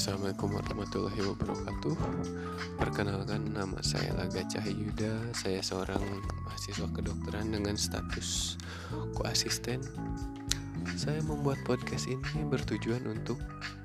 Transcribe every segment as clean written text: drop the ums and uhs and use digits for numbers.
Assalamualaikum warahmatullahi wabarakatuh. Perkenalkan, nama saya Laga Cahyuda. Saya seorang mahasiswa kedokteran dengan status koasisten. Saya membuat podcast ini bertujuan untuk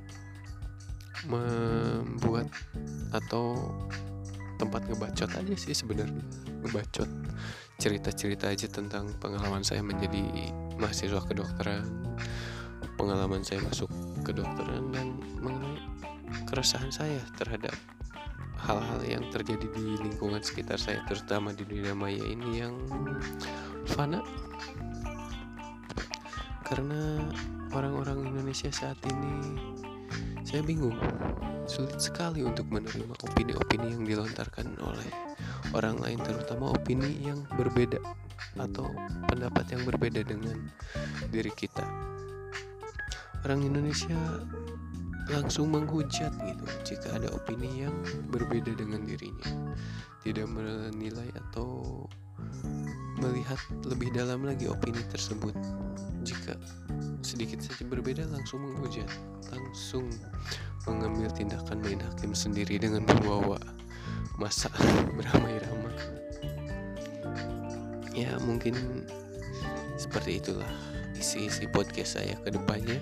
membuat atau tempat ngebacot aja sih sebenarnya. Ngebacot cerita-cerita aja tentang pengalaman saya menjadi mahasiswa kedokteran, pengalaman saya masuk kedokteran, dan mengenai keresahan saya terhadap hal-hal yang terjadi di lingkungan sekitar saya, terutama di dunia maya ini yang fana. Karena orang-orang Indonesia saat ini, saya bingung, sulit sekali untuk menerima opini-opini yang dilontarkan oleh orang lain, terutama opini yang berbeda atau pendapat yang berbeda dengan diri kita. Orang Indonesia langsung menghujat gitu jika ada opini yang berbeda dengan dirinya, tidak menilai atau melihat lebih dalam lagi opini tersebut. Jika sedikit saja berbeda langsung menghujat, langsung mengambil tindakan main hakim sendiri dengan membawa massa beramai-ramai. Ya, mungkin seperti itulah isi podcast saya ke depannya.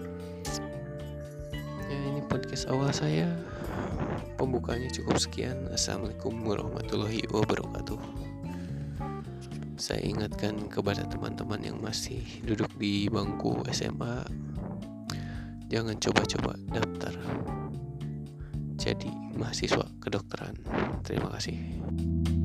Ya, ini podcast awal saya. Pembukaannya cukup sekian. Assalamualaikum warahmatullahi wabarakatuh. Saya ingatkan kepada teman-teman yang masih duduk di bangku SMA, jangan coba-coba daftar jadi mahasiswa kedokteran. Terima kasih.